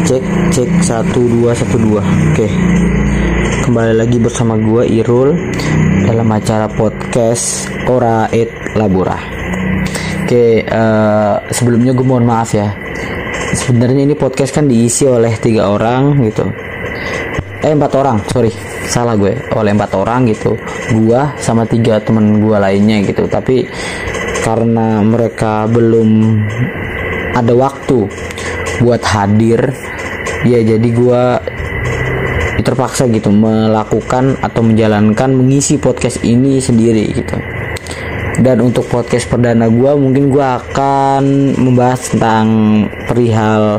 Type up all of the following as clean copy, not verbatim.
Cek 1212. Oke. Kembali lagi bersama gua Irul dalam acara podcast Ora et Labora. Oke, sebelumnya gue mohon maaf ya. Sebenarnya ini podcast kan diisi oleh 3 orang gitu. 4 orang, sorry. Salah gue. Oleh 4 orang gitu. Gua sama 3 teman gua lainnya gitu. Tapi karena mereka belum ada waktu buat hadir, ya jadi gua terpaksa gitu melakukan atau menjalankan mengisi podcast ini sendiri gitu. Dan untuk podcast perdana gua, mungkin gua akan membahas tentang perihal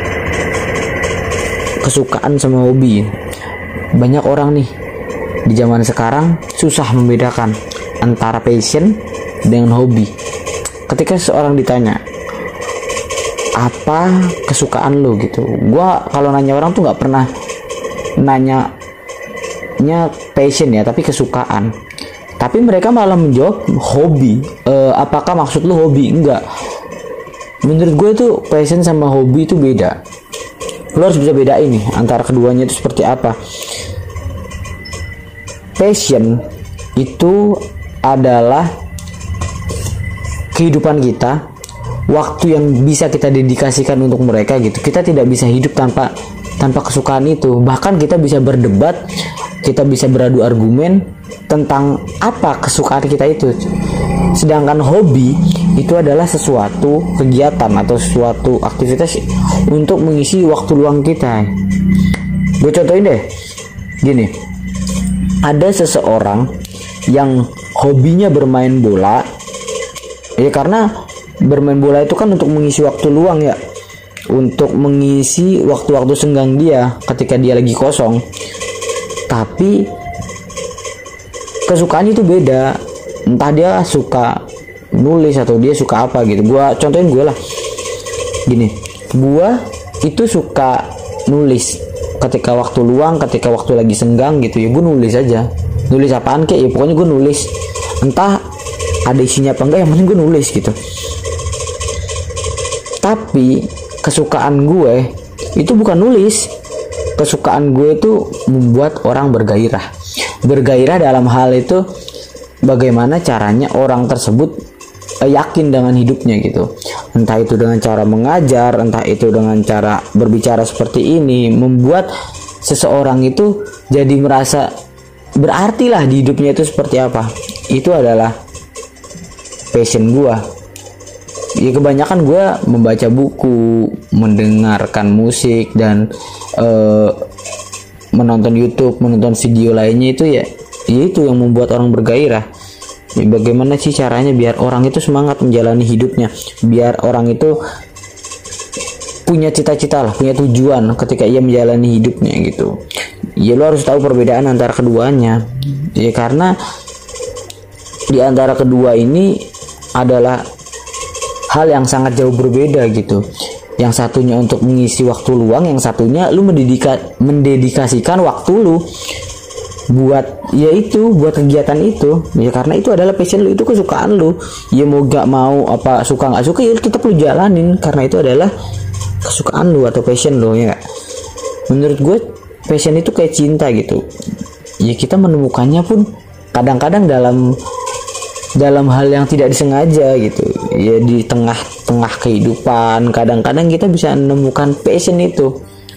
kesukaan sama hobi. Banyak orang nih di zaman sekarang susah membedakan antara passion dengan hobi. Ketika seseorang ditanya apa kesukaan lo gitu, gua kalau nanya orang tuh nggak pernah nanyanya passion ya, tapi kesukaan. Tapi mereka malah menjawab hobi. Apakah maksud lo hobi? Enggak. Menurut gue tuh passion sama hobi itu beda. Lo harus bisa bedain nih antara keduanya itu seperti apa. Passion itu adalah kehidupan kita, waktu yang bisa kita dedikasikan untuk mereka gitu. Kita tidak bisa hidup tanpa kesukaan itu. Bahkan kita bisa berdebat, kita bisa beradu argumen tentang apa kesukaan kita itu. Sedangkan hobi itu adalah sesuatu kegiatan atau suatu aktivitas untuk mengisi waktu luang kita. Gue contohin deh, gini. Ada seseorang yang hobinya bermain bola. Ya karena bermain bola itu kan untuk mengisi waktu luang ya, untuk mengisi waktu-waktu senggang dia ketika dia lagi kosong. Tapi kesukaannya itu beda. Entah dia suka nulis atau dia suka apa gitu. Gua contohin gue lah. Gini, gua itu suka nulis ketika waktu luang, ketika waktu lagi senggang gitu ya, gue nulis aja. Nulis apaan kek ya, pokoknya gue nulis. Entah ada isinya apa enggak, yang penting gue nulis gitu. Tapi kesukaan gue itu bukan nulis. Kesukaan gue itu membuat orang bergairah. Bergairah dalam hal itu bagaimana caranya orang tersebut yakin dengan hidupnya gitu. Entah itu dengan cara mengajar, entah itu dengan cara berbicara seperti ini, membuat seseorang itu jadi merasa berarti lah di hidupnya itu seperti apa. Itu adalah passion gue. Ya kebanyakan gue membaca buku, mendengarkan musik, dan menonton YouTube, menonton video lainnya itu ya itu yang membuat orang bergairah. Ya, bagaimana sih caranya biar orang itu semangat menjalani hidupnya, biar orang itu punya cita-cita lah, punya tujuan ketika ia menjalani hidupnya gitu. Ya lo harus tahu perbedaan antara keduanya. Ya karena di antara kedua ini adalah hal yang sangat jauh berbeda gitu. Yang satunya untuk mengisi waktu luang, yang satunya lu mendedikasikan waktu lu buat buat kegiatan itu. Ya karena itu adalah passion lu, itu kesukaan lu. Ya mau gak mau apa suka gak suka ya tetap lu jalanin karena itu adalah kesukaan lu atau passion lu ya. Menurut gue passion itu kayak cinta gitu. Ya kita menemukannya pun kadang-kadang dalam hal yang tidak disengaja gitu. Ya di tengah-tengah kehidupan kadang-kadang kita bisa menemukan passion itu.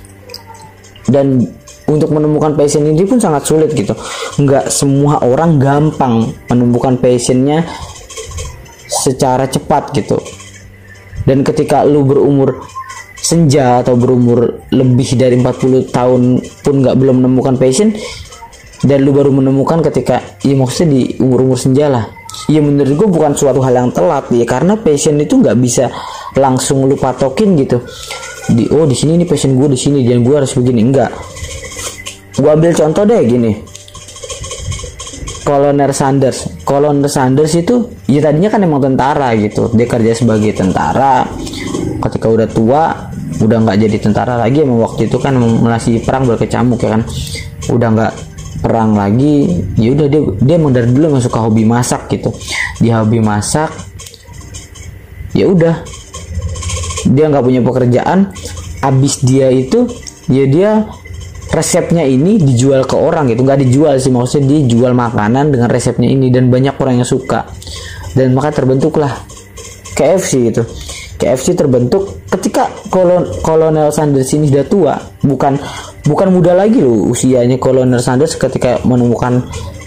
Dan untuk menemukan passion ini pun sangat sulit gitu. Nggak semua orang gampang menemukan passionnya secara cepat gitu. Dan ketika lu berumur senja atau berumur lebih dari 40 tahun pun belum menemukan passion, dan lu baru menemukan ketika maksudnya di umur senja lah. Ya menurut gue bukan suatu hal yang telat ya, karena passion itu nggak bisa langsung lu patokin gitu. Di sini nih passion gue di sini dan gue harus begini, enggak. Gue ambil contoh deh gini. Colonel Sanders itu ya tadinya kan emang tentara gitu. Dia kerja sebagai tentara. Ketika udah tua udah nggak jadi tentara lagi, emang waktu itu kan masih perang berkecamuk ya kan. Udah nggak perang lagi, ya udah dia emang dari dulu emang suka hobi masak gitu. Dia hobi masak, ya udah dia nggak punya pekerjaan, abis dia itu ya dia resepnya ini dijual ke orang gitu, nggak dijual sih, maksudnya dia jual makanan dengan resepnya ini dan banyak orang yang suka, dan maka terbentuklah KFC gitu. KFC terbentuk ketika Kolonel Sanders ini sudah tua, bukan muda lagi loh usianya Kolonel Sanders ketika menemukan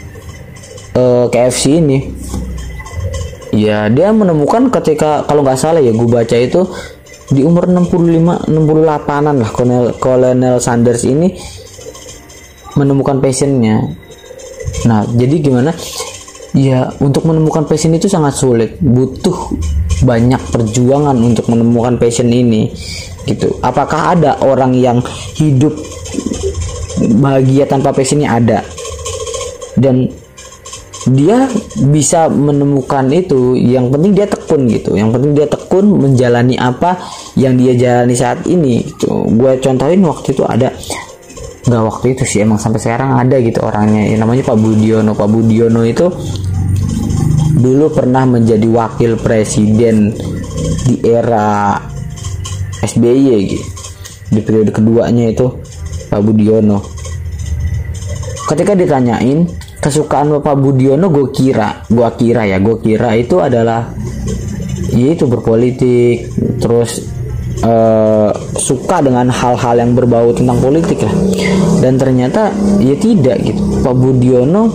KFC ini. Ya dia menemukan ketika kalau nggak salah ya gue baca itu di umur 68-an lah Kolonel Sanders ini menemukan passionnya. Nah jadi gimana ya, untuk menemukan passion itu sangat sulit, butuh banyak perjuangan untuk menemukan passion ini gitu. Apakah ada orang yang hidup bahagia tanpa passionnya? Ada, dan dia bisa menemukan itu. Yang penting dia tekun gitu, yang penting dia tekun menjalani apa yang dia jalani saat ini gitu. Gue contohin waktu itu ada, nggak waktu itu sih, emang sampai sekarang ada gitu orangnya, yang namanya Pak Budiono. Pak Budiono itu dulu pernah menjadi wakil presiden di era SBY gitu, di periode keduanya itu Pak Budiono. Ketika ditanyain kesukaan Bapak Budiono, gue kira itu adalah yaitu berpolitik, terus suka dengan hal-hal yang berbau tentang politik lah. Dan ternyata ya tidak gitu. Pak Budiono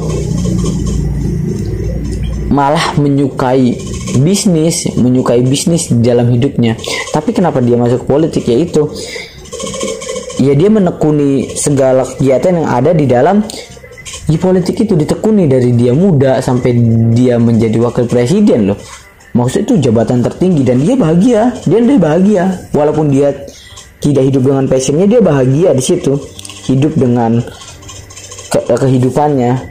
malah menyukai bisnis di dalam hidupnya. Tapi kenapa dia masuk politik? Yaitu ya dia menekuni segala kegiatan yang ada di dalam politik itu, ditekuni dari dia muda sampai dia menjadi wakil presiden loh. Maksudnya itu jabatan tertinggi, dan dia bahagia, walaupun dia tidak hidup dengan passionnya, dia bahagia di situ, hidup dengan kehidupannya.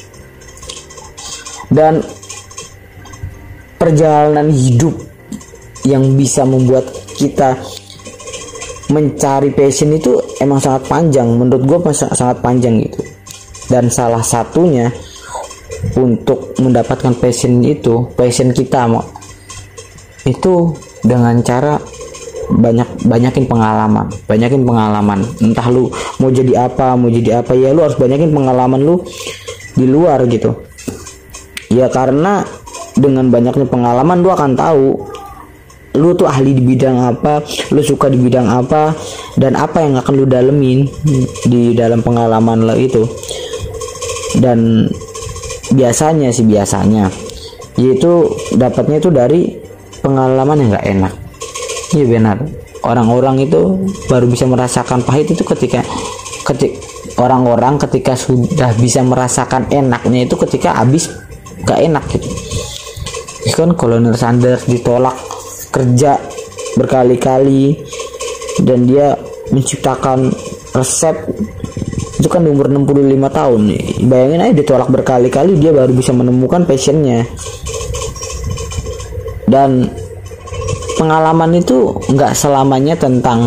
Dan perjalanan hidup yang bisa membuat kita mencari passion itu emang sangat panjang, menurut gue sangat panjang gitu. Dan salah satunya untuk mendapatkan passion kita itu dengan cara banyakin pengalaman. Entah lu mau jadi apa ya, lu harus banyakin pengalaman lu di luar gitu ya, karena dengan banyaknya pengalaman lu akan tahu lu tuh ahli di bidang apa, lu suka di bidang apa, dan apa yang akan lu dalemin di dalam pengalaman lo itu. Dan biasanya yaitu dapatnya itu dari pengalaman yang nggak enak. Iya benar, orang-orang itu baru bisa merasakan pahit itu ketika orang-orang ketika sudah bisa merasakan enaknya itu ketika habis gak enak gitu. Kan Kolonel Sanders ditolak kerja berkali-kali dan dia menciptakan resep itu kan di umur 65 tahun. Bayangin aja ditolak berkali-kali, dia baru bisa menemukan passionnya. Dan pengalaman itu nggak selamanya tentang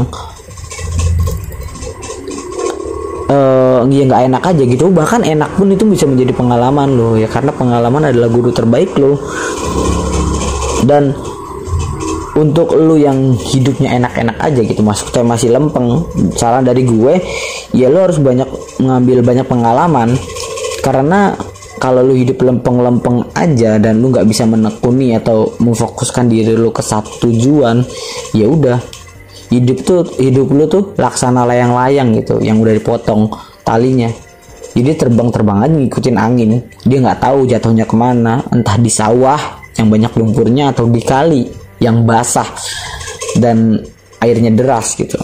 ya nggak enak aja gitu, bahkan enak pun itu bisa menjadi pengalaman loh ya, karena pengalaman adalah guru terbaik lo. Dan untuk lu yang hidupnya enak-enak aja gitu, maksudnya masih lempeng, saran dari gue ya lu harus ngambil banyak pengalaman. Karena kalau lu hidup lempeng-lempeng aja dan lu nggak bisa menekuni atau memfokuskan diri lu ke satu tujuan, ya udah hidup lu tuh laksana layang-layang gitu yang udah dipotong talinya. Jadi terbang aja ngikutin angin, dia nggak tahu jatuhnya kemana, entah di sawah yang banyak lumpurnya atau di kali yang basah dan airnya deras gitu.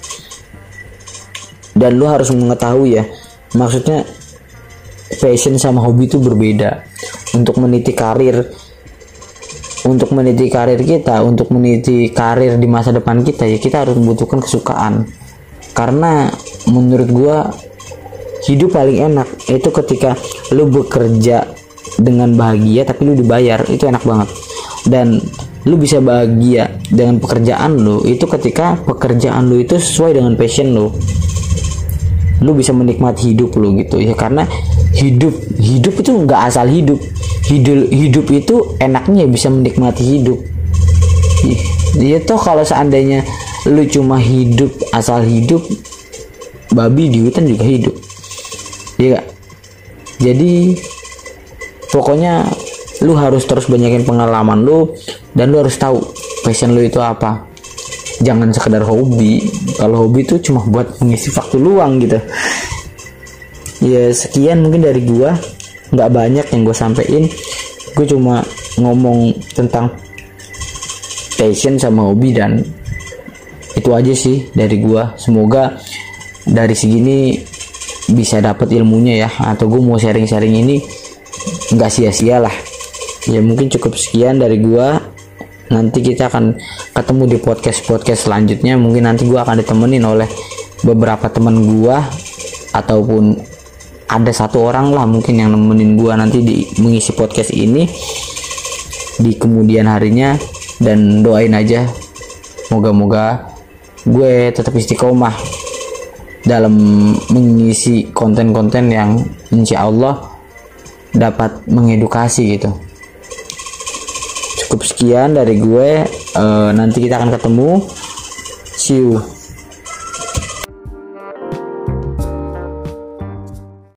Dan lu harus mengetahui ya, maksudnya passion sama hobi itu berbeda. Untuk meniti karir kita, untuk meniti karir di masa depan kita ya, kita harus membutuhkan kesukaan. Karena menurut gua hidup paling enak itu ketika lu bekerja dengan bahagia tapi lu dibayar, itu enak banget. Dan lu bisa bahagia dengan pekerjaan lu itu ketika pekerjaan lu itu sesuai dengan passion lu. Lu bisa menikmati hidup lu gitu ya, karena hidup itu nggak asal hidup itu enaknya bisa menikmati hidup. Ya toh kalau seandainya lu cuma hidup asal hidup, babi di hutan juga hidup, iya gak? Jadi pokoknya lu harus terus banyakin pengalaman lu, dan lu harus tahu passion lu itu apa. Jangan sekedar hobi. Kalau hobi itu cuma buat mengisi waktu luang gitu. Ya sekian mungkin dari gua, nggak banyak yang gue sampein. Gue cuma ngomong tentang passion sama hobi, dan itu aja sih dari gua. Semoga dari segini bisa dapat ilmunya ya, atau gue mau sharing-sharing ini nggak sia-sia lah. Ya mungkin cukup sekian dari gua. Nanti kita akan ketemu di podcast selanjutnya. Mungkin nanti gua akan ditemenin oleh beberapa teman gua, ataupun ada satu orang lah mungkin yang nemenin gua nanti di mengisi podcast ini di kemudian harinya. Dan doain aja, moga-moga gue tetap istiqomah dalam mengisi konten-konten yang insya Allah dapat mengedukasi gitu. Cukup sekian dari gue. Nanti kita akan ketemu. See you.